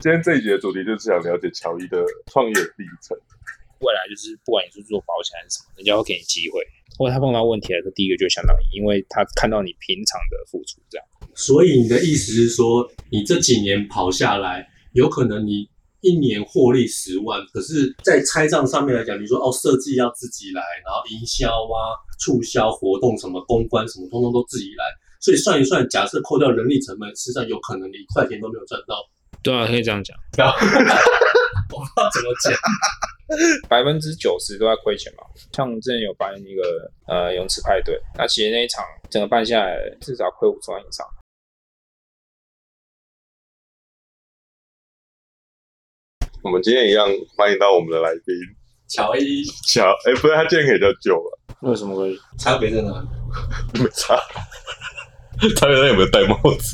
今天这一集的主题就是想了解乔伊的创业历程。 未来就是不管你是做保险还是什么，人家会给你机会，或者他碰到问题的时候，第一个就想到你，因为他看到你平常的付出这样。 所以你的意思是说，你这几年跑下来，有可能你一年获利10万，可是在拆账上面来讲，你说设计要自己来，然后营销啊、促销活动什么、公关什么，通通都自己来。所以算一算，假设扣掉人力成本，事实上有可能你1块钱都没有赚到。 对啊，可以这样讲。 我不知道怎么讲。 90%都在亏钱嘛。像之前有办一个泳池派对，那其实那一场整个办下来至少亏50万以上。 我们今天一样欢迎到我们的来宾乔伊。 不是，他今天可以叫舅了。 为什么可以？ 差别在哪里？ 没差，差别在有没有戴帽子，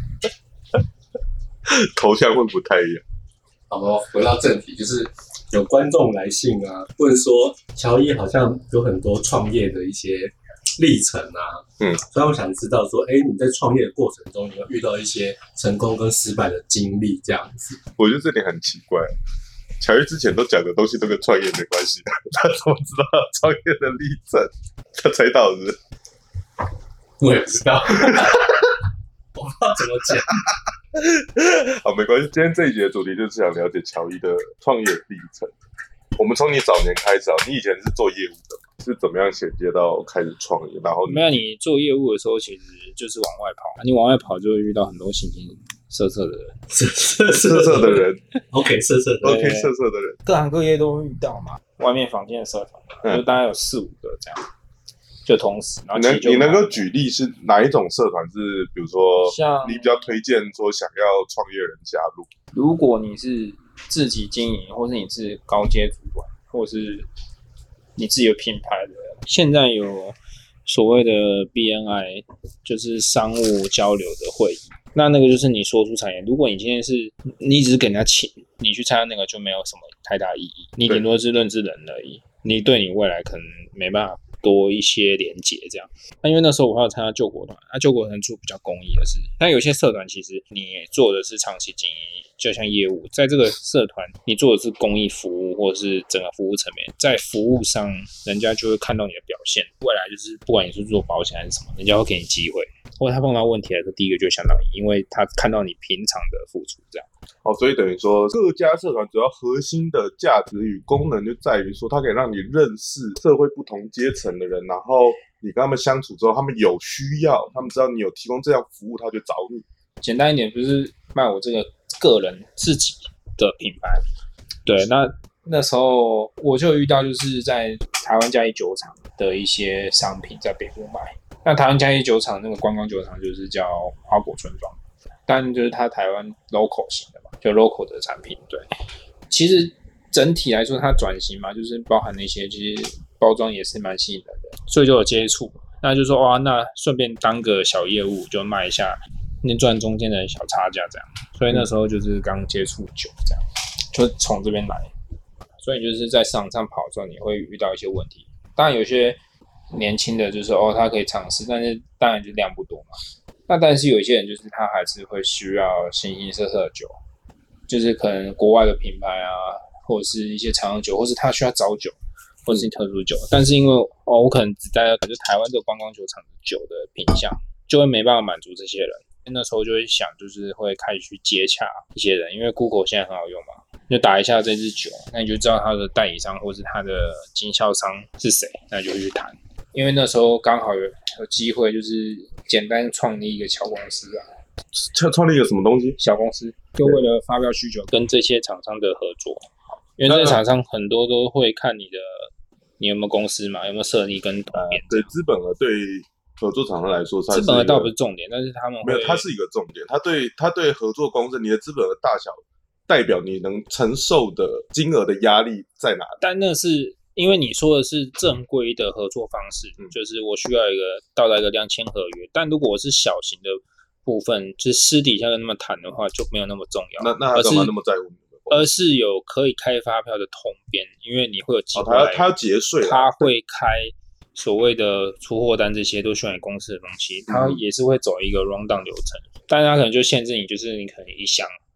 头像会不太一样。 好，我们回到正题，就是有观众来信啊，问说乔伊好像有很多创业的一些历程啊，所以我想知道说，你在创业的过程中有没有遇到一些成功跟失败的经历这样子？ 我觉得这点很奇怪，乔伊之前都讲的东西都跟创业没关系，他怎么知道创业的历程？他猜到是不是？ 我也不知道，我不知道怎么讲。 好，没关系。今天这一集的主题就是想了解乔伊的创业历程。我们从你早年开始你以前是做业务的嘛？是怎么样衔接到开始创业？然后没有，你做业务的时候其实就是往外跑，你往外跑就会遇到很多形形色色的人， 色色的人 ，OK， 色色的人， 各行各业都会遇到嘛。外面坊间的社团，就大概有4-5个这样。就同时，然后你能够举例是哪一种社团是，比如说像你比较推荐说想要创业人加入？ 如果你是自己经营，或是你是高阶主管，或是你自己有品牌的，现在有所谓的 BNI， 就是商务交流的会议。那个就是你说出产业。如果你今天是你只是给人家请，你去参加那个就没有什么太大意义，你顶多是认知人而已，你对你未来可能没办法多一些连结这样。那因为那时候我还有参加救国团，救国团做比较公益的事。那有些社团其实你做的是长期经营，就像业务，在这个社团你做的是公益服务或者是整个服务层面，在服务上人家就会看到你的表现。未来就是不管你是做保险还是什么，人家会给你机会，或者他碰到问题的时候，第一个就会想到你，因为他看到你平常的付出这样。 所以等于说各家社团主要核心的价值与功能就在于说它可以让你认识社会不同阶层的人，然后你跟他们相处之后，他们有需要，他们知道你有提供这样服务，他就找你。 简单一点就是卖我这个个人自己的品牌。对，那时候我就遇到就是在台湾嘉义酒厂的一些商品在北部卖。那台湾嘉义酒厂那个观光酒厂就是叫花果村庄，但就是它台湾 local 型的嘛，就 local 的产品。对，其实整体来说它转型嘛，就是包含那些其实包装也是蛮吸引人的，所以就有接触。那就说那顺便当个小业务就卖一下，那赚中间的小差价这样。所以那时候就是刚接触酒这样，就从这边来。所以就是在市场上跑的时候，你会遇到一些问题。当然有些年轻的就是他可以尝试，但是当然就量不多嘛。那但是有一些人就是他还是会需要形形色色的酒，就是可能国外的品牌啊，或者是一些长酒，或是他需要早酒，或者是特殊酒。但是因为我可能只带就台湾这个观光酒厂的酒的品项，就会没办法满足这些人。那时候就会想，就是会开始去接洽一些人，因为 Google 现在很好用嘛，就打一下这支酒，那你就知道他的代理商或是他的经销商是谁，那就会去谈。因为那时候刚好有机会，就是简单创立一个小公司啊。 创立一个什么东西？ 小公司，就为了发表需求，跟这些厂商的合作。因为这些厂商很多都会看你有没有公司嘛，有没有设立跟统编。 对，资本额对合作厂商来说， 资本额倒不是重点，但是他们没有，它是一个重点。它对合作公司，你的资本额大小代表你能承受的金额的压力在哪里？ 但那是因为你说的是正规的合作方式，就是我需要到达一个量签合约。但如果我是小型的部分，就是私底下跟他们谈的话，就没有那么重要。 那他干嘛那么在乎？ 而是有可以开发票的统编，因为你会有机会他要节税， 他会开所谓的出货单，这些都需要你公司的东西，他也是会走一个 run down 流程，但是他可能就限制你，就是你可能一箱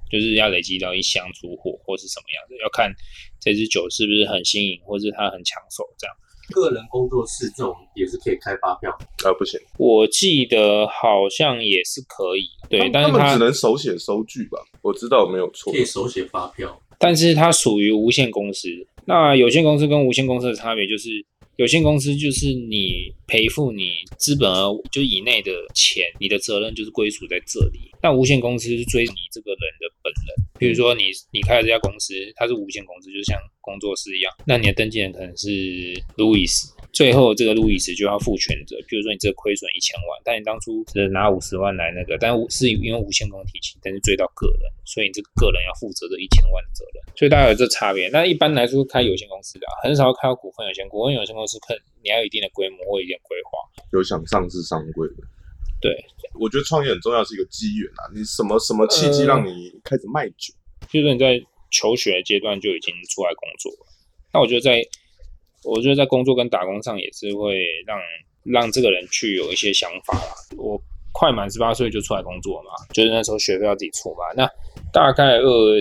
就是要累积到一箱出货或是什么样的，要看这支酒是不是很新颖，或是它很抢手这样。 个人工作室这种也是可以开发票不行， 我记得好像也是可以，对，但是他们只能手写收据吧？我知道没有错， 可以手写发票， 但是它属于无限公司。那有限公司跟无限公司的差别就是，有限公司就是你赔付你资本额就以内的钱，你的责任就是归属在这里。但无限公司是追你这个人的本人，比如说你开的这家公司，它是无限公司，就像工作室一样，那你的登记人可能是路易斯，最后这个路易斯就要负全责。比如说你这个亏损1000万，但你当初是拿50万来那个，但是因为无限公司体系，但是追到个人，所以你这个个人要负责这1000万的责任，所以大家有这差别。那一般来说开有限公司的很少开到股份有限公司你要有一定的规模或一定的规划， 有想上市上柜的。 对， 我觉得创业很重要，是一个机缘啊。你什么契机让你开始卖酒？ 就是你在求学阶段就已经出来工作了。那我觉得在工作跟打工上也是会让这个人去有一些想法啦。我快满18岁就出来工作嘛，就是那时候学费要自己出嘛。那大概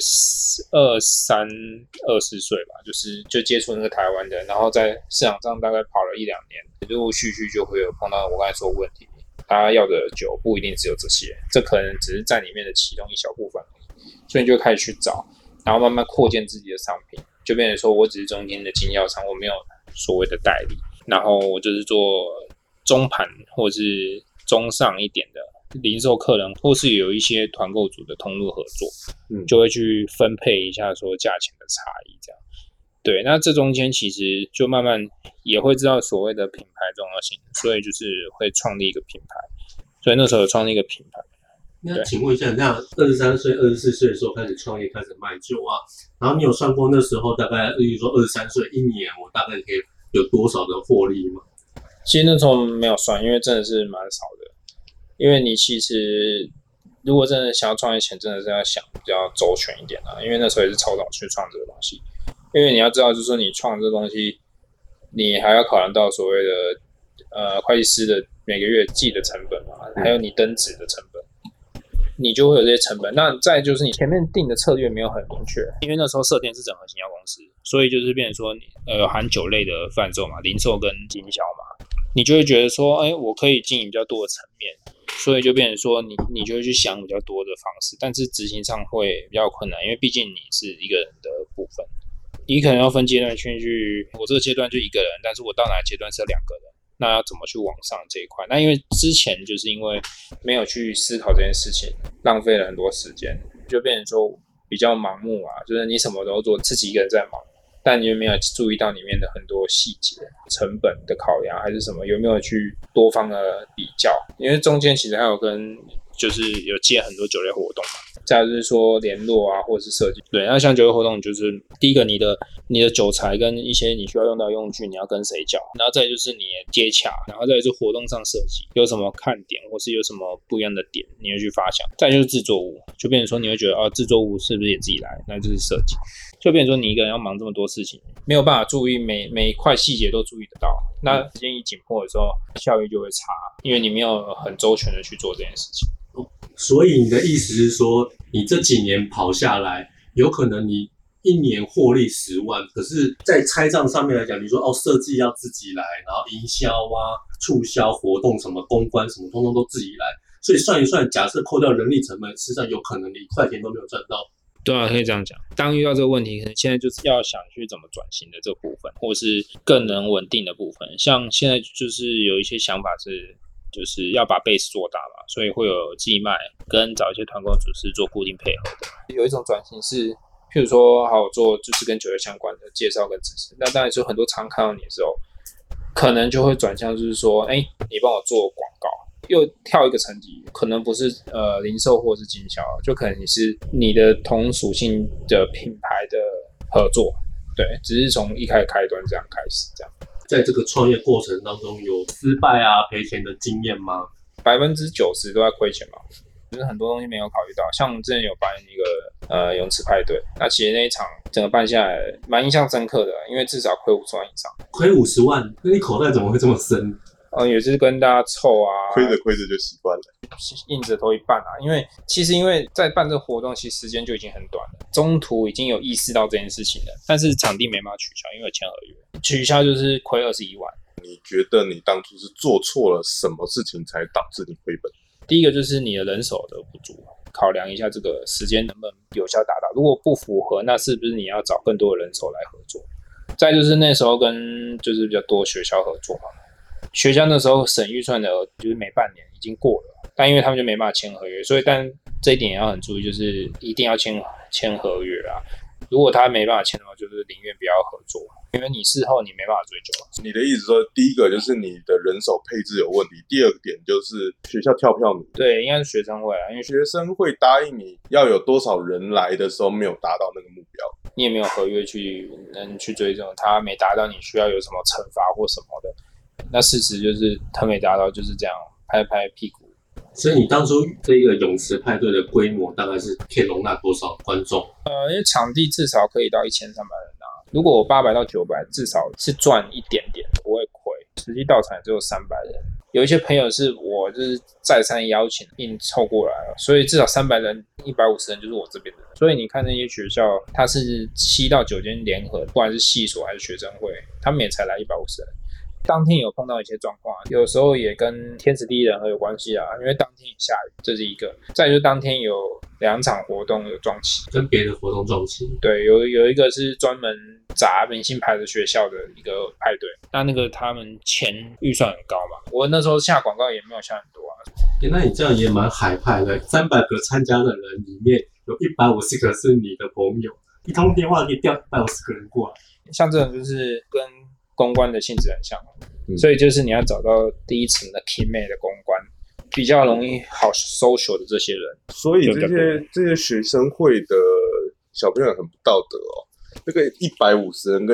23、24岁吧，就接触那个台湾的，然后在市场上大概跑了1-2年，陆陆续续就会有碰到我刚才说的问题。他要的酒不一定只有这些，这可能只是在里面的其中一小部分而已，所以你就开始去找，然后慢慢扩建自己的商品，就变成说我只是中间的经销商，我没有所谓的代理，然后我就是做中盘或是中上一点的零售客人，或是有一些团购组的通路合作，就会去分配一下说价钱的差异这样。对，那这中间其实就慢慢也会知道所谓的品牌重要性，所以就是会创立一个品牌，所以那时候有创立一个品牌。 那请问一下，那23岁、24岁的时候开始创业，开始卖酒啊，然后你有算过那时候大概，例如说23岁1年，我大概可以有多少的获利吗？ 其实那时候没有算，因为真的是蛮少的。因为你其实如果真的想要创业前，真的是要想比较周全一点啊，因为那时候也是超早去创这个东西。因为你要知道，就是说你创这个东西，你还要考量到所谓的会计师的每个月记的成本嘛，还有你登记的成本，你就会有这些成本。那再就是你前面定的策略没有很明确，因为那时候社田是整合行销公司，所以就是变成说含酒类的贩售嘛，零售跟经销嘛，你就会觉得说，我可以经营比较多的层面。所以就变成说你就会去想比较多的方式，但是执行上会比较困难，因为毕竟你是一个人的部分，你可能要分阶段去，我这个阶段就一个人，但是我到哪个阶段是2个人，那要怎么去往上这一块？那因为之前就是因为没有去思考这件事情，浪费了很多时间，就变成说比较盲目啊，就是你什么都做，自己一个人在忙，但你有没有注意到里面的很多细节、成本的考量还是什么？有没有去多方的比较？因为中间其实还有就是有接很多酒类活动嘛，再来就是说联络啊，或者是设计。对，那像酒类活动就是第一个你的酒材跟一些你需要用到用具，你要跟谁讲，然后再来就是你的接洽，然后再来就是活动上设计有什么看点或是有什么不一样的点，你会去发想。再来就是制作物，就变成说你会觉得制作物是不是也自己来，那就是设计。就变成说你一个人要忙这么多事情，没有办法注意每一块细节都注意得到，那时间一紧迫的时候，效率就会差，因为你没有很周全的去做这件事情。 所以你的意思是说，你这几年跑下来，有可能你1年获利10万，可是在拆账上面来讲，你说设计要自己来，然后营销啊、促销活动什么、公关什么，通通都自己来，所以算一算，假设扣掉人力成本，事实上有可能你1块钱都没有赚到。 对啊，可以这样讲。当遇到这个问题，可能现在就是要想去怎么转型的这个部分，或是更能稳定的部分。像现在就是有一些想法是，就是要把 base 做大嘛，所以会有寄卖跟找一些团购组是做固定配合的。有一种转型是，譬如说好好做就是跟酒类相关的介绍跟支持。那当然说很多常看到你的时候，可能就会转向就是说，你帮我做广告。又跳一个层级，可能不是零售或是经销，就可能你的同属性的品牌的合作，对，只是从一开端这样开始，这样。 在这个创业过程当中，有失败啊、赔钱的经验吗 ？90%都在亏钱嘛，就是很多东西没有考虑到。像我之前有办一个泳池派对，那其实那一场整个办下来蛮印象深刻的，因为至少亏50万以上。 亏50万，那你口袋怎么会这么深？ 也是跟大家凑啊， 亏着就习惯了。 硬着头一办啊，因为在办这个活动，其实时间就已经很短了，中途已经有意识到这件事情了，但是场地没办法取消，因为有签合约，取消就是亏21万。 你觉得你当初是做错了什么事情才导致你亏本？ 第一个就是你的人手的不足，考量一下这个时间能不能有效达到，如果不符合，那是不是你要找更多的人手来合作？再就是那时候跟就是比较多学校合作嘛，学校那时候省预算的就是每半年已经过了，但因为他们就没办法签合约，所以但这一点也要很注意，就是一定要签合约啊。如果他没办法签的话，就是宁愿不要合作，因为你事后你没办法追究。 你的意思说，第一个就是你的人手配置有问题，第二个点就是学校跳票你。 对，应该是学生会啊，因为学生会答应你要有多少人来的时候，没有达到那个目标， 你也没有合约能去追踪，他没达到，你需要有什么惩罚或什么的。那事实就是他没达到，就是这样拍拍屁股。 所以你当初这个泳池派对的规模大概是可以容纳多少观众？ 因为场地至少可以到1300人啊。如果我800到900，至少是赚一点点，不会亏。实际到场也只有300人。有一些朋友是我就是再三邀请硬凑过来了，所以至少300人、150人就是我这边的人。所以你看那些学校，它是7到9间联合，不管是系所还是学生会，他们也才来150人。当天有碰到一些状况，有时候也跟天时地利人和有关系啊，因为当天也下雨，这是一个。再就是当天有2场活动有撞期， 跟别的活动撞期。 对，有一个是专门砸明星牌的学校的一个派对，那个他们钱预算很高嘛，我那时候下广告也没有下很多啊。 那你这样也蛮海派的，300个参加的人里面有150个是你的朋友，一通电话可以调150个人过来。 像这种就是跟公关的性质很像，所以就是你要找到第一层的 key man 的公关，比较容易好 social 的这些人。 所以这些学生会的小朋友很不道德哦。那个150人跟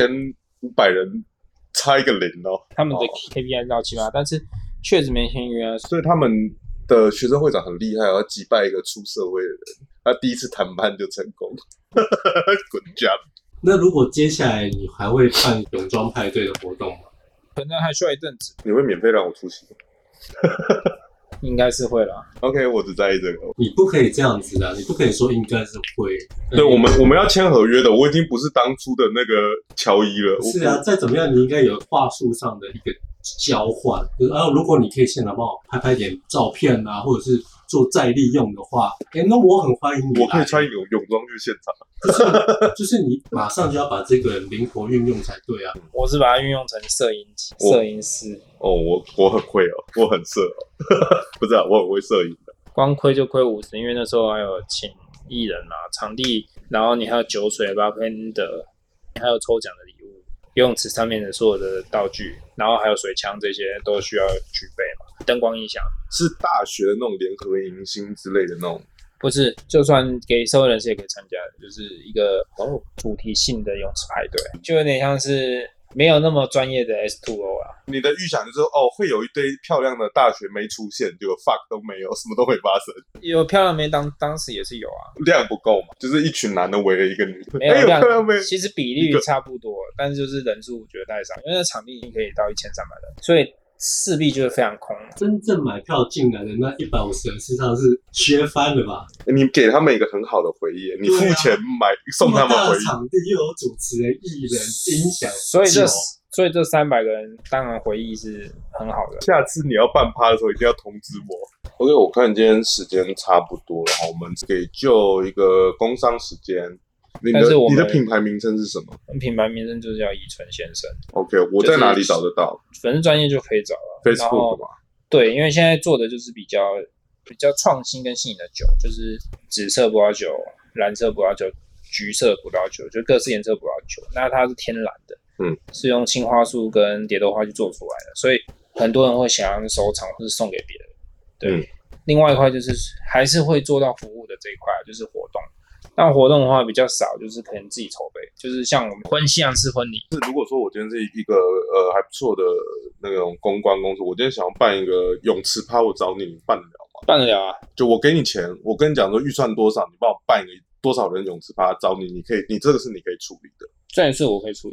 1500人差一个零哦。 他们的 KPI 到700，但是确实没签约啊。 所以他们的学生会长很厉害，要击败一个出社会的人，他第一次谈判就成功，滚家。 那如果接下来你还会办泳装派对的活动吗？ 可能还需要一阵子。 你会免费让我出席？ 应该是会啦。 OK， 我只在意这个。 你不可以这样子的，你不可以说应该是会。 对，我们要签合约的，我已经不是当初的那个乔伊了。 是啊，再怎么样，你应该有话术上的一个交换。就是如果你可以现场帮我拍点照片啊，或者是做再利用的话，那我很欢迎你来。 我可以穿泳装去现场。 就是你马上就要把这个人灵活运用才对啊！ 我是把它运用成摄影师。 哦，我很会哦，我很色哦，不是啊，我很会摄影的。 光亏就亏50，因为那时候还有请艺人嘛，场地，然后你还有酒水、bartender，还有抽奖的礼物，游泳池上面的所有的道具，然后还有水枪，这些都需要具备嘛。灯光音响是大学的那种联合迎新之类的那种。 不是，就算给社会人士也可以参加的，就是一个主题性的泳池派对，就有点像是没有那么专业的 S2O 啊。 你的预想就是会有一堆漂亮的大学妹出现，结果 fuck 都没有，什么都没发生。 有漂亮妹当时也是有啊， 量不够嘛，就是一群男的围了一个女的， 没有漂亮妹， 其实比例差不多，但是就是人数觉得太少，因为那场地已经可以到1300人，所以势必就是非常空。 真正买票进来的那150人，事实上是削翻了吧？ 你给他们一个很好的回忆，你付钱送他们回忆。 场地又有主持人、艺人、音响， 所以这300个人当然回忆是很好的。 下次你要办趴的时候一定要通知我。OK， 我看今天时间差不多了，我们给就一个工商时间。你的品牌名称是什么？ 品牌名称就叫宜春先生。 OK， 我在哪里找得到？ 粉丝专页就可以找了。 Facebook 嘛。 对，因为现在做的就是比较创新跟新颖的酒，就是紫色葡萄酒、蓝色葡萄酒、橘色葡萄酒，就各式颜色葡萄酒。那它是天然的，是用青花素跟蝶豆花去做出来的，所以很多人会想要收藏或是送给别人。对，另外一块就是还是会做到服务的这一块，就是活动。但活动的话比较少，就是可能自己筹备，就是像我们婚象式婚礼。 如果说我今天是一个还不错的那种公关公司，我今天想要办一个泳池趴，我找你办得了吗？ 办得了啊！ 就我给你钱，我跟你讲说预算多少，你帮我办一个多少人泳池趴，找你，你这个是你可以处理的。 这也是我可以处理。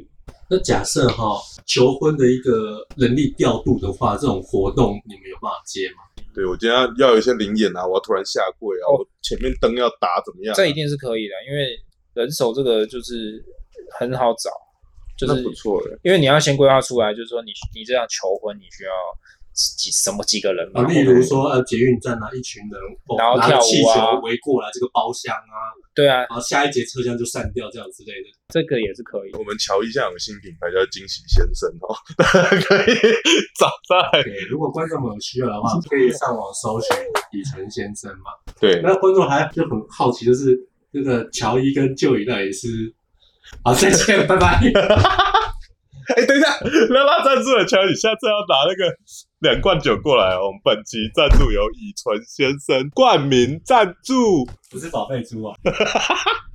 那假设求婚的一个人力调度的话，这种活动你们有办法接吗？ 对，我今天要有一些灵眼啊，我要突然下跪啊，我前面灯要打怎么样、啊？ 这一定是可以的，因为人手这个就是很好找，就是那不错的。 因为你要先规划出来，就是说你这样求婚，你需要几个人嘛？ 例如说捷运站啊，一群人， 然后跳舞啊， 拿气球围过来这个包厢啊， 对啊， 然后下一节车厢就散掉这样之类的， 这个也是可以。 我们乔伊现在有个新品牌叫惊喜先生哦，大家可以找上来。 对，如果观众们有需要的话，可以上网搜寻李纯先生嘛。 对， 那观众还就很好奇，就是这个乔伊跟就宇到底是……好，再见，拜拜。 哎，等一下，让他赞助的乔伊，下次要拿那个2罐酒过来哦。我们本期赞助由乙醇先生冠名赞助， 不是宝贝猪啊。